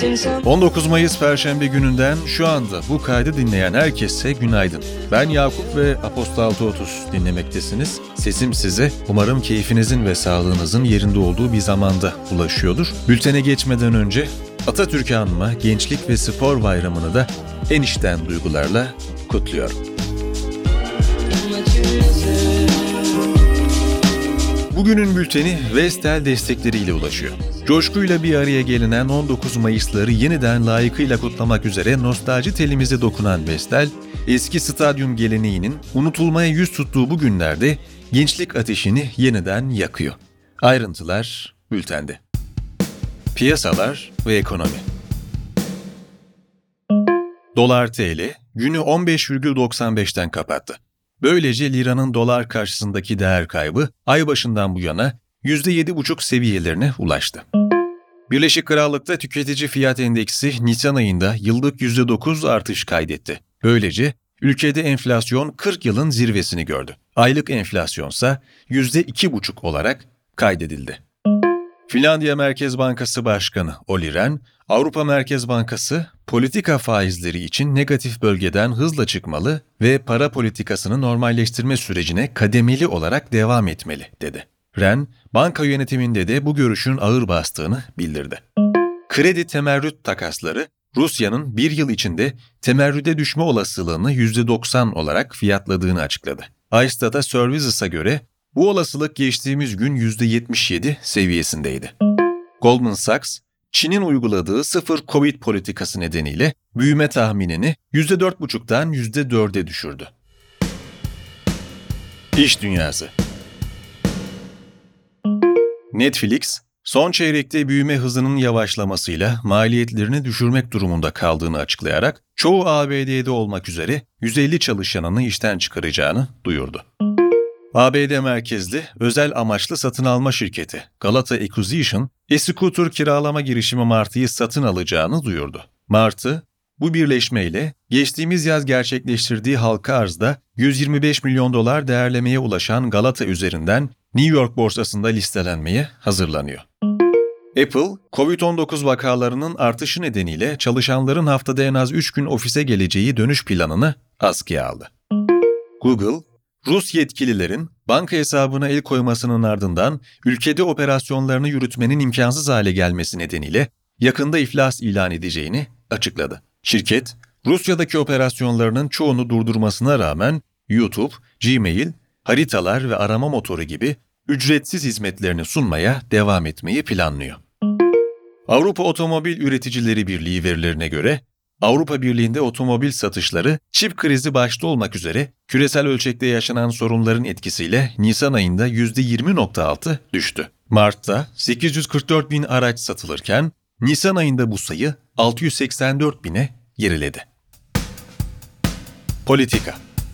19 Mayıs Perşembe gününden şu anda bu kaydı dinleyen herkese günaydın. Ben Yakup ve Apostol 630 dinlemektesiniz. Sesim size umarım keyfinizin ve sağlığınızın yerinde olduğu bir zamanda ulaşıyordur. Bültene geçmeden önce Atatürk'ü anma Gençlik ve Spor Bayramı'nı da en içten duygularla kutluyorum. Bugünün bülteni Vestel destekleriyle ulaşıyor. Coşkuyla bir araya gelinen 19 Mayıs'ları yeniden layıkıyla kutlamak üzere nostalji telimize dokunan Vestel, eski stadyum geleneğinin unutulmaya yüz tuttuğu bu günlerde gençlik ateşini yeniden yakıyor. Ayrıntılar bültende. Piyasalar ve ekonomi. Dolar TL günü 15,95'ten kapattı. Böylece liranın dolar karşısındaki değer kaybı ay başından bu yana %7,5 seviyelerine ulaştı. Birleşik Krallık'ta tüketici fiyat endeksi Nisan ayında yıllık %9 artış kaydetti. Böylece ülkede enflasyon 40 yılın zirvesini gördü. Aylık enflasyonsa %2,5 olarak kaydedildi. Finlandiya Merkez Bankası Başkanı Olli Rehn, Avrupa Merkez Bankası politika faizleri için negatif bölgeden hızla çıkmalı ve para politikasını normalleştirme sürecine kademeli olarak devam etmeli, dedi. Rehn, banka yönetiminde de bu görüşün ağır bastığını bildirdi. Kredi temerrüt takasları, Rusya'nın bir yıl içinde temerrüde düşme olasılığını %90 olarak fiyatladığını açıkladı. iStata Services'a göre bu olasılık geçtiğimiz gün %77 seviyesindeydi. Goldman Sachs, Çin'in uyguladığı sıfır Covid politikası nedeniyle büyüme tahminini %4,5'tan %4'e düşürdü. İş dünyası. Netflix, son çeyrekte büyüme hızının yavaşlamasıyla maliyetlerini düşürmek durumunda kaldığını açıklayarak çoğu ABD'de olmak üzere 150 çalışanını işten çıkaracağını duyurdu. ABD merkezli özel amaçlı satın alma şirketi Galata Acquisition, e-scooter kiralama girişimi Martı'yı satın alacağını duyurdu. Martı, bu birleşmeyle geçtiğimiz yaz gerçekleştirdiği halka arzda $125 milyon değerlemeye ulaşan Galata üzerinden New York borsasında listelenmeye hazırlanıyor. Apple, Covid-19 vakalarının artışı nedeniyle çalışanların haftada en az 3 gün ofise geleceği dönüş planını askıya aldı. Google, Rus yetkililerin banka hesabına el koymasının ardından ülkede operasyonlarını yürütmenin imkansız hale gelmesi nedeniyle yakında iflas ilan edeceğini açıkladı. Şirket, Rusya'daki operasyonlarının çoğunu durdurmasına rağmen YouTube, Gmail, haritalar ve arama motoru gibi ücretsiz hizmetlerini sunmaya devam etmeyi planlıyor. Avrupa Otomobil Üreticileri Birliği verilerine göre Avrupa Birliği'nde otomobil satışları çip krizi başta olmak üzere küresel ölçekte yaşanan sorunların etkisiyle Nisan ayında %20,6 düştü. Mart'ta 844 bin araç satılırken Nisan ayında bu sayı 684 bine geriledi. Politika.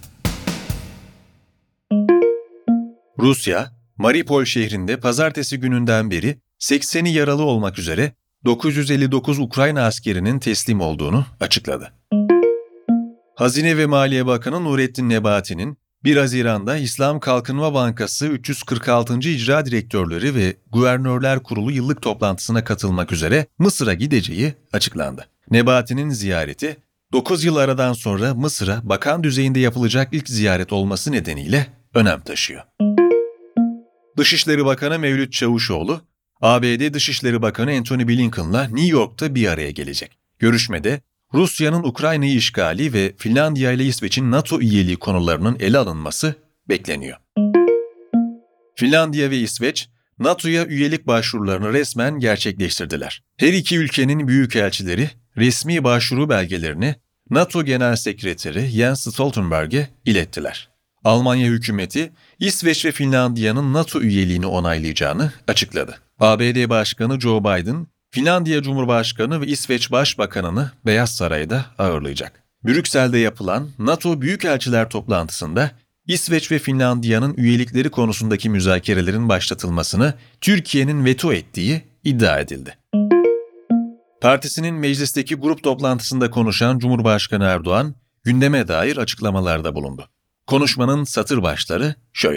Rusya, Mariupol şehrinde pazartesi gününden beri 80'i yaralı olmak üzere 959 Ukrayna askerinin teslim olduğunu açıkladı. Hazine ve Maliye Bakanı Nurettin Nebati'nin 1 Haziran'da İslam Kalkınma Bankası 346. İcra Direktörleri ve Guvernörler Kurulu yıllık toplantısına katılmak üzere Mısır'a gideceği açıklandı. Nebati'nin ziyareti, 9 yıl aradan sonra Mısır'a bakan düzeyinde yapılacak ilk ziyaret olması nedeniyle önem taşıyor. Dışişleri Bakanı Mevlüt Çavuşoğlu, ABD Dışişleri Bakanı Antony Blinken'la New York'ta bir araya gelecek. Görüşmede Rusya'nın Ukrayna'yı işgali ve Finlandiya ile İsveç'in NATO üyeliği konularının ele alınması bekleniyor. Finlandiya ve İsveç, NATO'ya üyelik başvurularını resmen gerçekleştirdiler. Her iki ülkenin büyükelçileri resmi başvuru belgelerini NATO Genel Sekreteri Jens Stoltenberg'e ilettiler. Almanya hükümeti, İsveç ve Finlandiya'nın NATO üyeliğini onaylayacağını açıkladı. ABD Başkanı Joe Biden, Finlandiya Cumhurbaşkanı ve İsveç Başbakanı'nı Beyaz Saray'da ağırlayacak. Brüksel'de yapılan NATO Büyükelçiler toplantısında İsveç ve Finlandiya'nın üyelikleri konusundaki müzakerelerin başlatılmasını Türkiye'nin veto ettiği iddia edildi. Partisinin meclisteki grup toplantısında konuşan Cumhurbaşkanı Erdoğan, gündeme dair açıklamalarda bulundu. Konuşmanın satır başları şöyle: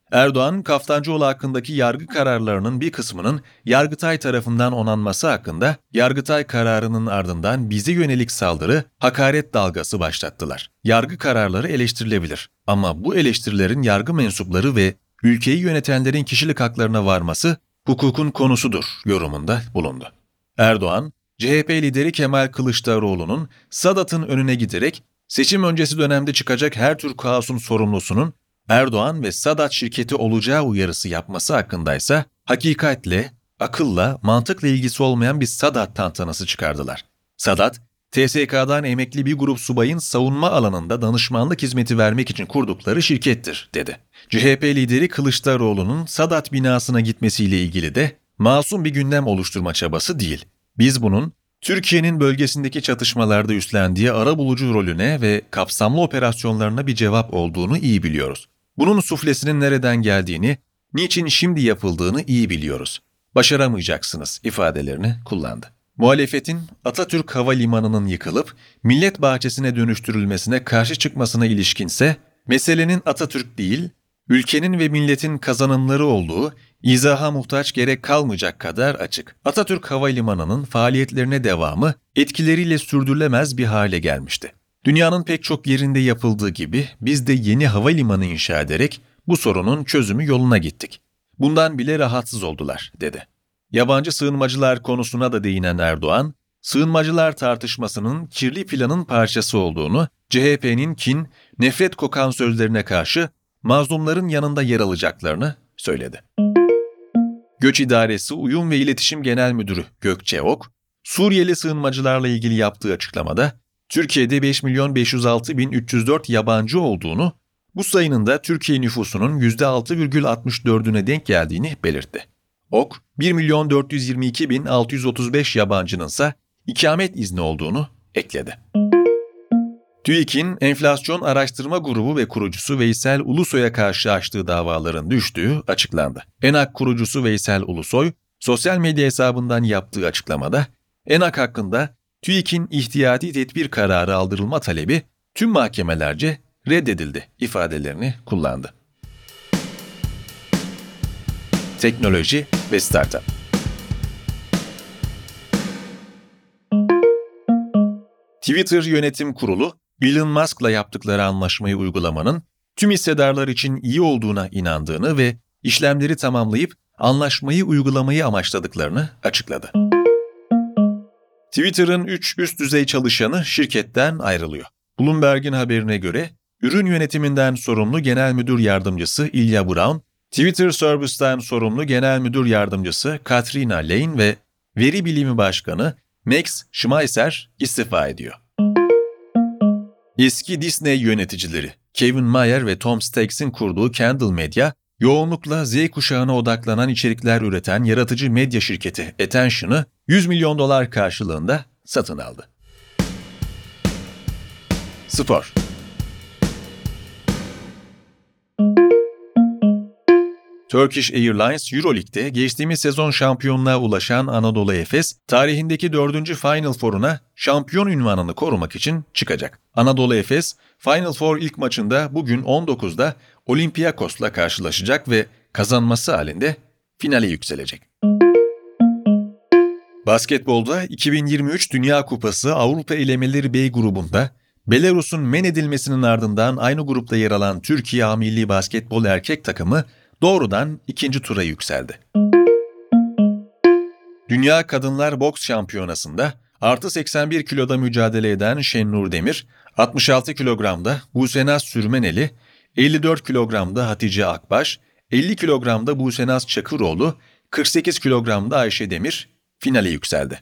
Erdoğan, Kaftancıoğlu hakkındaki yargı kararlarının bir kısmının Yargıtay tarafından onanması hakkında Yargıtay kararının ardından bize yönelik saldırı, hakaret dalgası başlattılar. Yargı kararları eleştirilebilir ama bu eleştirilerin yargı mensupları ve ülkeyi yönetenlerin kişilik haklarına varması hukukun konusudur yorumunda bulundu. Erdoğan, CHP lideri Kemal Kılıçdaroğlu'nun Sadat'ın önüne giderek seçim öncesi dönemde çıkacak her tür kaosun sorumlusunun Erdoğan ve Sadat şirketi olacağı uyarısı yapması hakkındaysa hakikatle, akılla, mantıkla ilgisi olmayan bir Sadat tantanası çıkardılar. Sadat, TSK'dan emekli bir grup subayın savunma alanında danışmanlık hizmeti vermek için kurdukları şirkettir, dedi. CHP lideri Kılıçdaroğlu'nun Sadat binasına gitmesiyle ilgili de masum bir gündem oluşturma çabası değil. Biz bunun Türkiye'nin bölgesindeki çatışmalarda üstlendiği arabulucu rolüne ve kapsamlı operasyonlarına bir cevap olduğunu iyi biliyoruz. Bunun suflesinin nereden geldiğini, niçin şimdi yapıldığını iyi biliyoruz. Başaramayacaksınız ifadelerini kullandı. Muhalefetin Atatürk Havalimanı'nın yıkılıp millet bahçesine dönüştürülmesine karşı çıkmasına ilişkinse meselenin Atatürk değil, ülkenin ve milletin kazanımları olduğu izaha muhtaç gerek kalmayacak kadar açık. Atatürk Havalimanı'nın faaliyetlerine devamı etkileriyle sürdürülemez bir hale gelmişti. Dünyanın pek çok yerinde yapıldığı gibi biz de yeni havalimanı inşa ederek bu sorunun çözümü yoluna gittik. Bundan bile rahatsız oldular, dedi. Yabancı sığınmacılar konusuna da değinen Erdoğan, sığınmacılar tartışmasının kirli planın parçası olduğunu, CHP'nin kin, nefret kokan sözlerine karşı mazlumların yanında yer alacaklarını söyledi. Göç İdaresi Uyum ve İletişim Genel Müdürü Gökçe Ok, Suriyeli sığınmacılarla ilgili yaptığı açıklamada, Türkiye'de 5.506.304 yabancı olduğunu, bu sayının da Türkiye nüfusunun %6,64'üne denk geldiğini belirtti. Ok, 1.422.635 yabancının ise ikamet izni olduğunu ekledi. TÜİK'in Enflasyon Araştırma Grubu ve kurucusu Veysel Ulusoy'a karşı açtığı davaların düştüğü açıklandı. ENAK kurucusu Veysel Ulusoy, sosyal medya hesabından yaptığı açıklamada, ENAK hakkında TÜİK'in ihtiyati tedbir kararı aldırılma talebi tüm mahkemelerce reddedildi ifadelerini kullandı. Teknoloji ve Startup. Twitter Yönetim Kurulu, Elon Musk'la yaptıkları anlaşmayı uygulamanın tüm hissedarlar için iyi olduğuna inandığını ve işlemleri tamamlayıp anlaşmayı uygulamayı amaçladıklarını açıkladı. Twitter'ın 3 üst düzey çalışanı şirketten ayrılıyor. Bloomberg'in haberine göre, ürün yönetiminden sorumlu Genel Müdür Yardımcısı Ilya Brown, Twitter Service'ten sorumlu Genel Müdür Yardımcısı Katrina Lane ve Veri Bilimi Başkanı Max Schmeisser istifa ediyor. Eski Disney yöneticileri Kevin Mayer ve Tom Staggs'in kurduğu Candle Media, yoğunlukla Z kuşağına odaklanan içerikler üreten yaratıcı medya şirketi Attention'ı $100 milyon karşılığında satın aldı. Spor. Turkish Airlines Euroleague'de geçtiğimiz sezon şampiyonluğa ulaşan Anadolu Efes, tarihindeki 4. Final Four'una şampiyon unvanını korumak için çıkacak. Anadolu Efes, Final Four ilk maçında bugün 19'da Olympiakos'la karşılaşacak ve kazanması halinde finale yükselecek. Basketbolda 2023 Dünya Kupası Avrupa Elemeleri B grubunda Belarus'un men edilmesinin ardından aynı grupta yer alan Türkiye A Milli Basketbol erkek takımı doğrudan ikinci tura yükseldi. Dünya Kadınlar Boks Şampiyonası'nda artı 81 kiloda mücadele eden Şenur Demir, 66 kilogramda Busenaz Sürmeneli, 54 kilogramda Hatice Akbaş, 50 kilogramda Busenaz Çakıroğlu, 48 kilogramda Ayşe Demir finale yükseldi.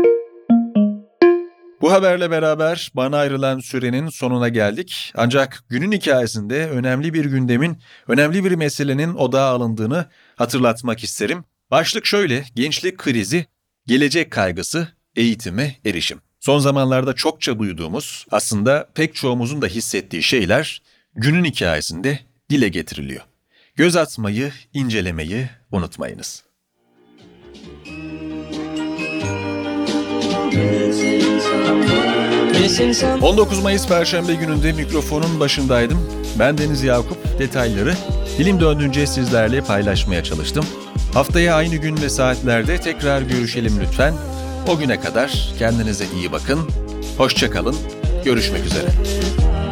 Bu haberle beraber bana ayrılan sürenin sonuna geldik. Ancak günün hikayesinde önemli bir gündemin, önemli bir meselenin odağa alındığını hatırlatmak isterim. Başlık şöyle: gençlik krizi, gelecek kaygısı, eğitime erişim. Son zamanlarda çokça duyduğumuz, aslında pek çoğumuzun da hissettiği şeyler günün hikayesinde dile getiriliyor. Göz atmayı, incelemeyi unutmayınız. 19 Mayıs Perşembe gününde mikrofonun başındaydım. Ben Deniz Yakup, detayları Dilim döndüğünce sizlerle paylaşmaya çalıştım. Haftaya aynı gün ve saatlerde tekrar görüşelim lütfen. O güne kadar kendinize iyi bakın. Hoşça kalın. Görüşmek üzere.